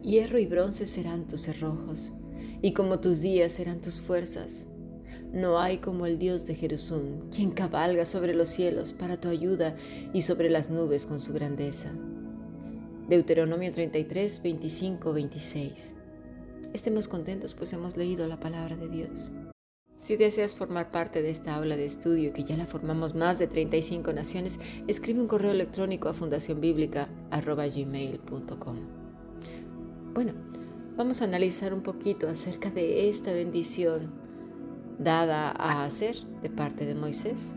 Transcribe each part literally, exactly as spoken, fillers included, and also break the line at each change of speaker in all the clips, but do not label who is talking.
Hierro y bronce serán tus cerrojos, y como tus días serán tus fuerzas. No hay como el Dios de Jerusún, quien cabalga sobre los cielos para tu ayuda y sobre las nubes con su grandeza. Deuteronomio treinta y tres, veinticinco, veintiséis. Estemos contentos, pues hemos leído la palabra de Dios. Si deseas formar parte de esta aula de estudio, que ya la formamos más de treinta y cinco naciones, escribe un correo electrónico a fundación bíblica arroba gmail punto com. Bueno, vamos a analizar un poquito acerca de esta bendición dada a Aser de parte de Moisés.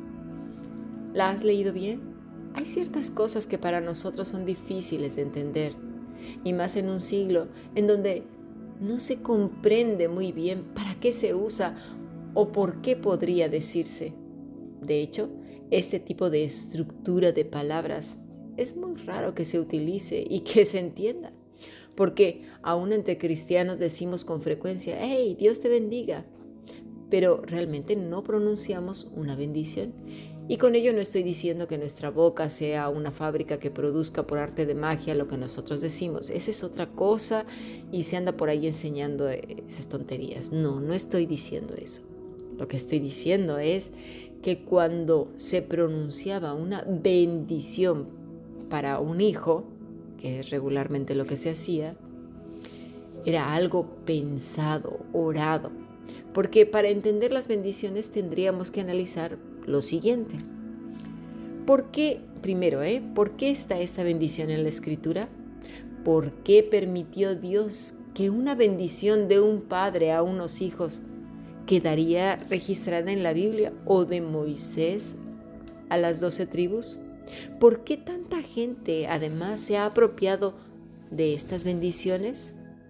¿La has leído bien? Hay ciertas cosas que para nosotros son difíciles de entender, y más en un siglo en donde no se comprende muy bien para qué se usa o por qué podría decirse. De hecho, este tipo de estructura de palabras es muy raro que se utilice y que se entienda, porque aún entre cristianos decimos con frecuencia: «Hey, Dios te bendiga», pero realmente no pronunciamos una bendición. Y con ello no estoy diciendo que nuestra boca sea una fábrica que produzca por arte de magia lo que nosotros decimos. Esa es otra cosa y se anda por ahí enseñando esas tonterías. No, no estoy diciendo eso. Lo que estoy diciendo es que cuando se pronunciaba una bendición para un hijo, que es regularmente lo que se hacía, era algo pensado, orado. Porque para entender las bendiciones tendríamos que analizar lo siguiente. ¿Por qué, primero, eh, ¿por qué está esta bendición en la Escritura? ¿Por qué permitió Dios que una bendición de un padre a unos hijos quedaría registrada en la Biblia, o de Moisés a las doce tribus? ¿Por qué tanta gente además se ha apropiado de estas bendiciones?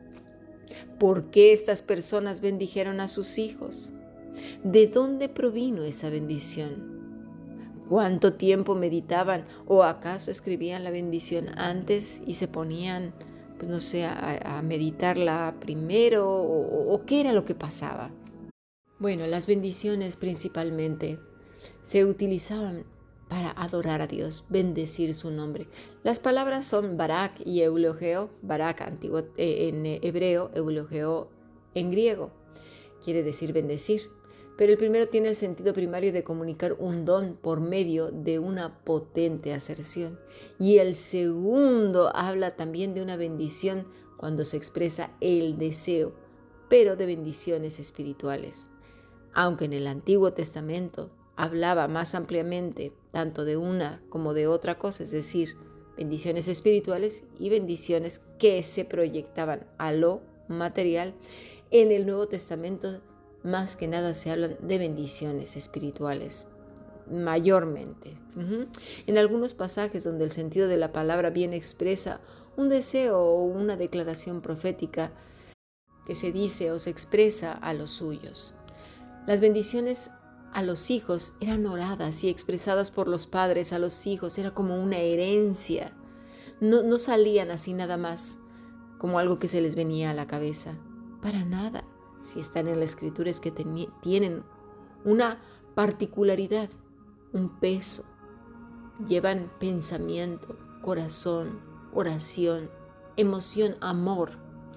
¿Por qué estas personas bendijeron a sus hijos? ¿De dónde provino esa bendición? ¿Cuánto tiempo meditaban o acaso escribían la bendición antes y se ponían, pues no sé, a, a meditarla primero, o, o qué era lo que pasaba? Bueno, las bendiciones principalmente se utilizaban para adorar a Dios, bendecir su nombre. Las palabras son barak y eulogeo, barak antiguo eh, en hebreo, eulogeo en griego. Quiere decir bendecir, pero el primero tiene el sentido primario de comunicar un don por medio de una potente aserción, y el segundo habla también de una bendición cuando se expresa el deseo, pero de bendiciones espirituales. Aunque en el Antiguo Testamento hablaba más ampliamente tanto de una como de otra cosa, es decir, bendiciones espirituales y bendiciones que se proyectaban a lo material, en el Nuevo Testamento más que nada se hablan de bendiciones espirituales, mayormente. Uh-huh. En algunos pasajes donde el sentido de la palabra bien expresa un deseo o una declaración profética que se dice o se expresa a los suyos. Las bendiciones a los hijos eran oradas y expresadas por los padres a los hijos, era como una herencia. No, no salían así nada más, como algo que se les venía a la cabeza. Para nada. Si están en la Escritura es que ten- tienen una particularidad, un peso. Llevan pensamiento, corazón, oración, emoción, amor.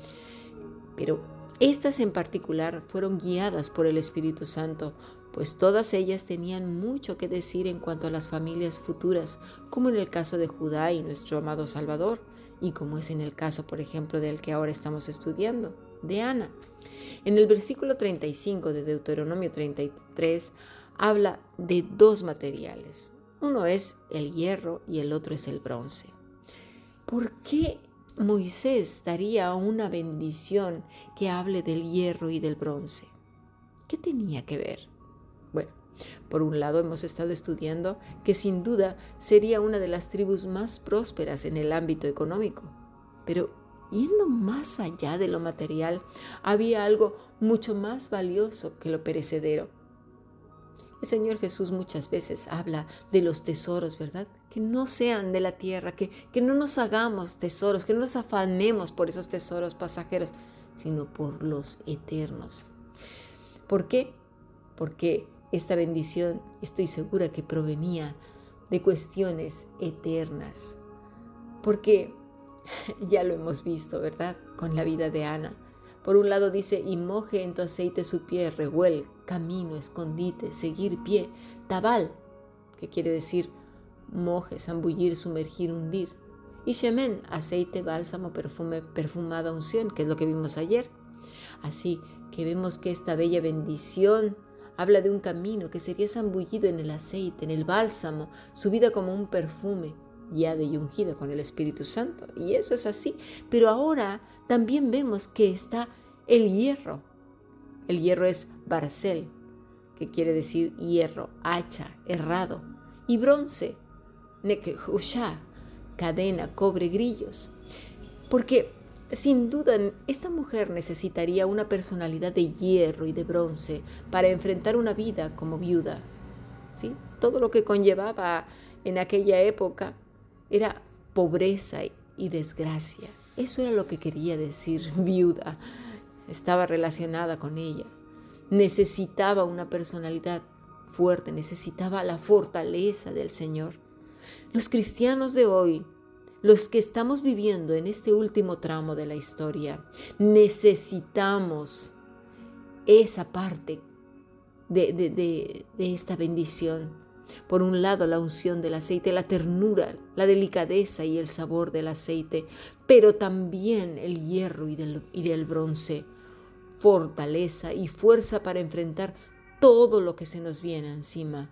Pero estas en particular fueron guiadas por el Espíritu Santo, pues todas ellas tenían mucho que decir en cuanto a las familias futuras, como en el caso de Judá y nuestro amado Salvador, y como es en el caso, por ejemplo, del que ahora estamos estudiando, de Ana. En el versículo treinta y cinco de Deuteronomio treinta y tres habla de dos materiales. Uno es el hierro y el otro es el bronce. ¿Por qué Moisés daría una bendición que hable del hierro y del bronce? ¿Qué tenía que ver? Bueno, por un lado hemos estado estudiando que sin duda sería una de las tribus más prósperas en el ámbito económico, pero yendo más allá de lo material, había algo mucho más valioso que lo perecedero. El Señor Jesús muchas veces habla de los tesoros, ¿verdad? Que no sean de la tierra, que, que no nos hagamos tesoros, que no nos afanemos por esos tesoros pasajeros, sino por los eternos. ¿Por qué? Porque esta bendición estoy segura que provenía de cuestiones eternas. Porque Ya lo hemos visto, ¿verdad? Con la vida de Ana. Por un lado dice, y moje en tu aceite su pie, rehuel, camino, escondite, seguir pie, tabal, que quiere decir moje, zambullir, sumergir, hundir. Y shemen, aceite, bálsamo, perfume, perfumada unción, que es lo que vimos ayer. Así que vemos que esta bella bendición habla de un camino que sería zambullido en el aceite, en el bálsamo, subida como un perfume, guiada y ungida con el Espíritu Santo. Y eso es así. Pero ahora también vemos que está el hierro. El hierro es barcel, que quiere decir hierro, hacha, herrado. Y bronce, nekhushá, cadena, cobre, grillos. Porque sin duda esta mujer necesitaría una personalidad de hierro y de bronce para enfrentar una vida como viuda, ¿sí? Todo lo que conllevaba en aquella época era pobreza y desgracia. Eso era lo que quería decir viuda. Estaba relacionada con ella. Necesitaba una personalidad fuerte, necesitaba la fortaleza del Señor. Los cristianos de hoy, los que estamos viviendo en este último tramo de la historia, necesitamos esa parte de, de, de, de esta bendición. Por un lado, la unción del aceite, la ternura, la delicadeza y el sabor del aceite, pero también el hierro y del, y del bronce, fortaleza y fuerza para enfrentar todo lo que se nos viene encima.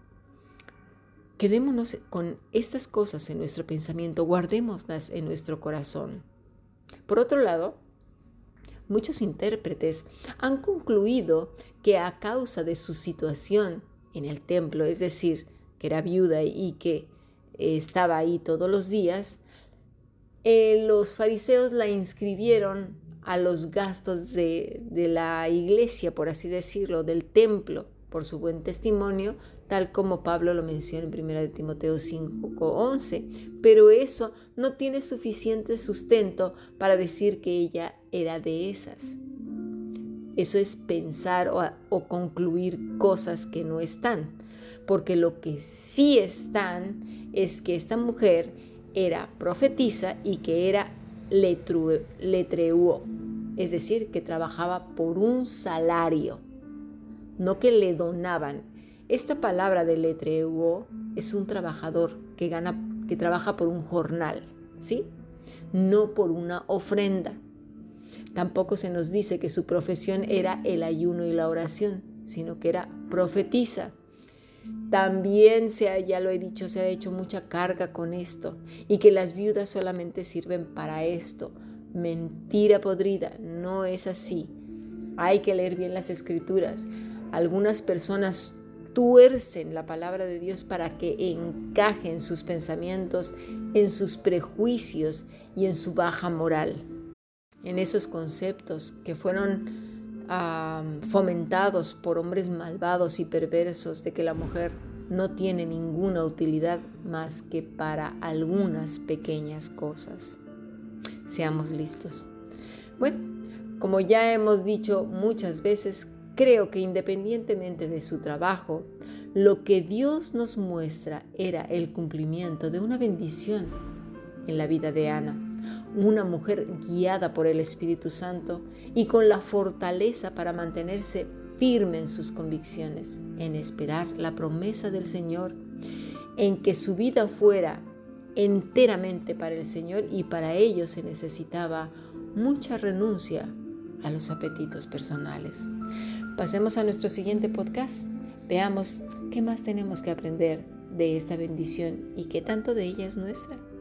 Quedémonos con estas cosas en nuestro pensamiento, guardémoslas en nuestro corazón. Por otro lado, muchos intérpretes han concluido que a causa de su situación en el templo, es decir, que era viuda y que estaba ahí todos los días, eh, los fariseos la inscribieron a los gastos de, de la iglesia, por así decirlo, del templo, por su buen testimonio, tal como Pablo lo menciona en primera de Timoteo cinco once. Pero eso no tiene suficiente sustento para decir que ella era de esas. Eso es pensar o, o concluir cosas que no están, porque lo que sí están es que esta mujer era profetisa y que era letreuo, es decir, que trabajaba por un salario, no que le donaban. Esta palabra de letreuo es un trabajador que gana, que trabaja por un jornal, ¿sí? No por una ofrenda. Tampoco se nos dice que su profesión era el ayuno y la oración, sino que era profetisa. También, se ha, ya lo he dicho, se ha hecho mucha carga con esto y que las viudas solamente sirven para esto. Mentira podrida, no es así. Hay que leer bien las escrituras. Algunas personas tuercen la palabra de Dios para que encajen sus pensamientos en sus prejuicios y en su baja moral, en esos conceptos que fueron uh, fomentados por hombres malvados y perversos de que la mujer no tiene ninguna utilidad más que para algunas pequeñas cosas. Seamos listos. Bueno, como ya hemos dicho muchas veces, creo que independientemente de su trabajo, lo que Dios nos muestra era el cumplimiento de una bendición en la vida de Ana, una mujer guiada por el Espíritu Santo y con la fortaleza para mantenerse firme en sus convicciones, en esperar la promesa del Señor, en que su vida fuera enteramente para el Señor, y para ello se necesitaba mucha renuncia a los apetitos personales. Pasemos a nuestro siguiente podcast. Veamos qué más tenemos que aprender de esta bendición y qué tanto de ella es nuestra.